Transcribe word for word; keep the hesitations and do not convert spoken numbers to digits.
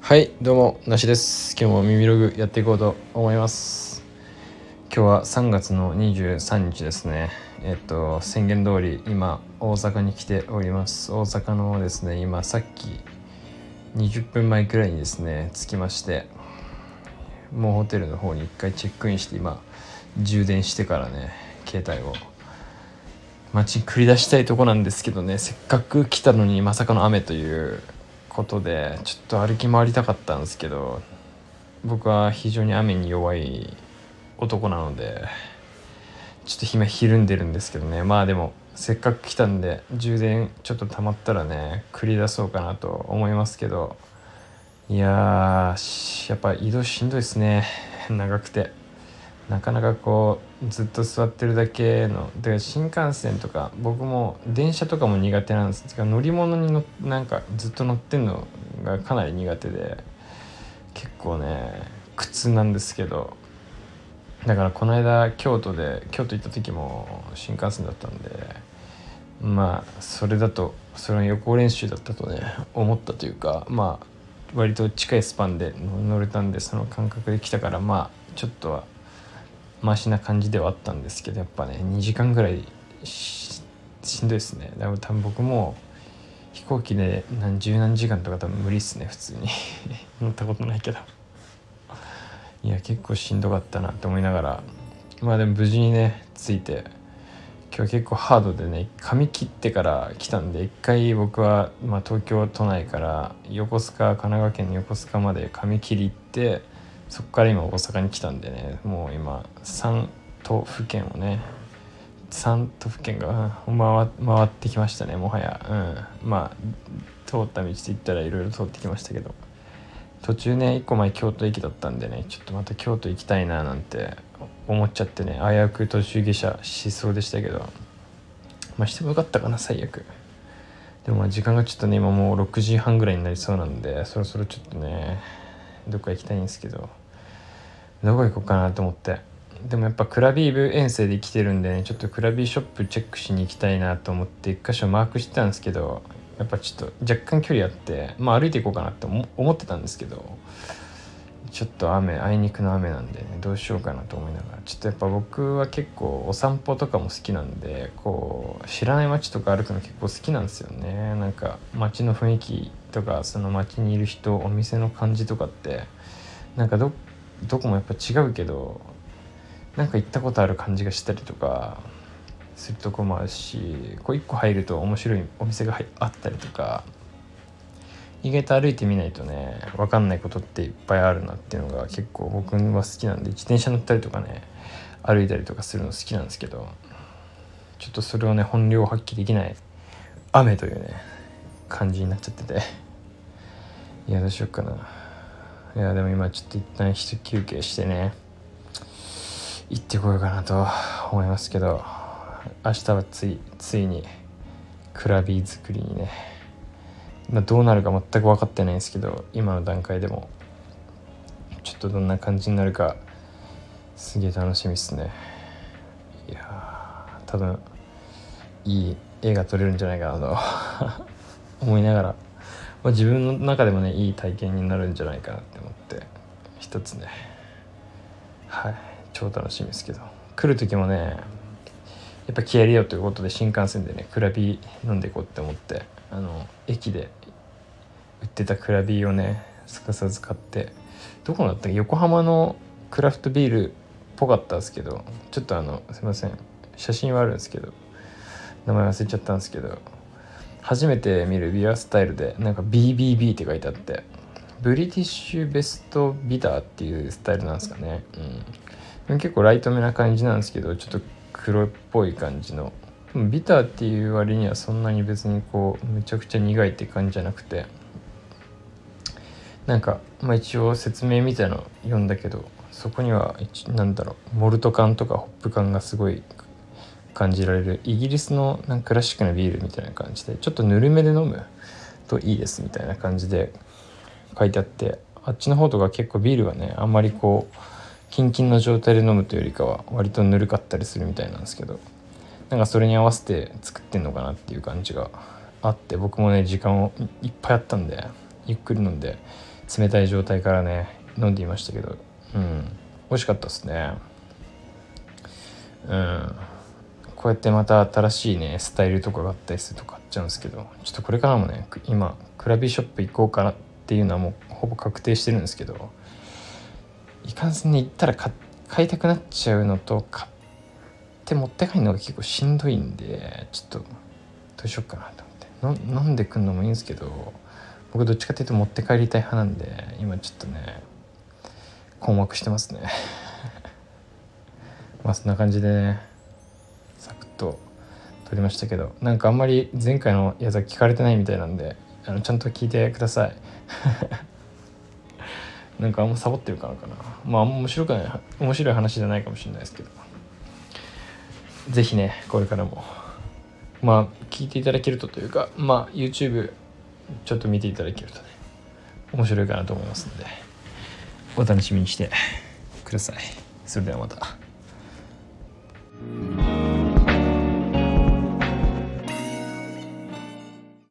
はい、どうもなしです。今日も耳ログやっていこうと思います。今日はさんがつのにじゅうさんにちですね。えっと宣言通り今大阪に来ております。大阪のですね、今さっきにじゅっぷんまえくらいにですね着きまして、もうホテルの方に一回チェックインして今充電してからね、携帯を街に繰り出したいとこなんですけどね、せっかく来たのにまさかの雨ということでちょっと歩き回りたかったんですけど、僕は非常に雨に弱い男なのでちょっと今ひるんでるんですけどね。まあでもせっかく来たんで充電ちょっと溜まったらね繰り出そうかなと思いますけど、いやーやっぱ移動しんどいですね。長くてなかなかこうずっと座ってるだけの、だから新幹線とか僕も電車とかも苦手なんです。乗り物にのなんかずっと乗ってんのがかなり苦手で結構ね苦痛なんですけど、だからこの間京都で京都行った時も新幹線だったんで、まあそれだとそれの予行練習だったとね思ったというか、まあ割と近いスパンで乗れたんでその感覚で来たから、まあちょっとはマシな感じではあったんですけど、やっぱねにじかんぐらい し, しんどいですね。だから多分僕も飛行機で何十何時間とか多分無理っすね普通に乗ったことないけど、いや結構しんどかったなって思いながら、まあでも無事にね着いて、今日結構ハードでね髪切ってから来たんで、一回僕は、まあ、東京都内から横須賀神奈川県の横須賀まで髪切り行って、そこから今大阪に来たんでね、もう今さん都府県をねさん都府県が回, 回ってきましたねもはや。うん、まあ通った道で言ったらいろいろ通ってきましたけど、途中ねいっこまえ京都駅だったんでね、ちょっとまた京都行きたいななんて思っちゃってね、危うく途中下車しそうでしたけど、まあしてもよかったかな最悪。でもまあ時間がちょっとね今もうろくじはんぐらいになりそうなんで、そろそろちょっとねどっか行きたいんですけど、どこ行こうかなと思って。でもやっぱクラビーブ遠征で来てるんでね、ちょっとクラビーショップチェックしに行きたいなと思って一箇所マークしてたんですけど、やっぱちょっと若干距離あって、まあ歩いていこうかなって思ってたんですけど、ちょっと雨あいにくの雨なんでねどうしようかなと思いながら、ちょっとやっぱ僕は結構お散歩とかも好きなんで、こう知らない街とか歩くの結構好きなんですよね。なんか街の雰囲気とかその街にいる人お店の感じとかってなんかどどこもやっぱ違うけどなんか行ったことある感じがしたりとかするとこもあるし、こう一個入ると面白いお店があったりとか、意外と歩いてみないとね分かんないことっていっぱいあるなっていうのが結構僕は好きなんで、自転車乗ったりとかね歩いたりとかするの好きなんですけど、ちょっとそれをね本領発揮できない雨というね感じになっちゃってて、いやどうしようかな。いやでも今ちょっと一旦一休憩してね行ってこようかなと思いますけど、明日はついついにクラビー作りにね、まあ、どうなるか全く分かってないんですけど、今の段階でもちょっとどんな感じになるかすげえ楽しみっすね。いや多分いい映画撮れるんじゃないかなと思いながら、まあ、自分の中でもねいい体験になるんじゃないかなって思って一つね、はい超楽しみですけど、来る時もねやっぱ気合い入れようということで新幹線でねクラビー飲んでいこうって思って、あの駅で売ってたクラビーをねすかさず買って、どこだったっけ、横浜のクラフトビールっぽかったんですけど、ちょっとあのすいません写真はあるんですけど名前忘れちゃったんですけど、初めて見るビアスタイルでなんか ビービービー って書いてあって、ブリティッシュベストビターっていうスタイルなんですかね。うん、結構ライトめな感じなんですけど、ちょっと黒っぽい感じの、ビターっていう割にはそんなに別にこうめちゃくちゃ苦いって感じじゃなくて、なんか、まあ、一応説明みたいなの読んだけど、そこにはなんだろうモルト感とかホップ感がすごい感じられるイギリスのなんかクラシックなビールみたいな感じで、ちょっとぬるめで飲むといいですみたいな感じで書いてあって、あっちの方とか結構ビールはねあんまりこうキンキンの状態で飲むというよりかは割とぬるかったりするみたいなんですけど、なんかそれに合わせて作ってんのかなっていう感じがあって、僕もね時間をいっぱいあったんでゆっくり飲んで冷たい状態からね飲んでいましたけど、うん美味しかったですね。うんこうやってまた新しいねスタイルとかがあったりすると買っちゃうんですけど、ちょっとこれからもね今クラビーショップ行こうかなっていうのはもうほぼ確定してるんですけど、いかんせんに行ったら 買, 買いたくなっちゃうのと、買って持って帰るのが結構しんどいんで、ちょっとどうしようかなと思っての飲んでくんのもいいんですけど、僕どっちかっていうと持って帰りたい派なんで、今ちょっとね困惑してますねまあそんな感じでねサクッと撮りましたけど、なんかあんまり前回のやつは聞かれてないみたいなんで、あのちゃんと聞いてくださいなんかあんまサボってるからかな。まあ面白くない面白い話じゃないかもしれないですけど、ぜひねこれからもまあ聞いていただけるとというか、まあ YouTube ちょっと見ていただけるとね面白いかなと思いますので、お楽しみにしてください。それではまた。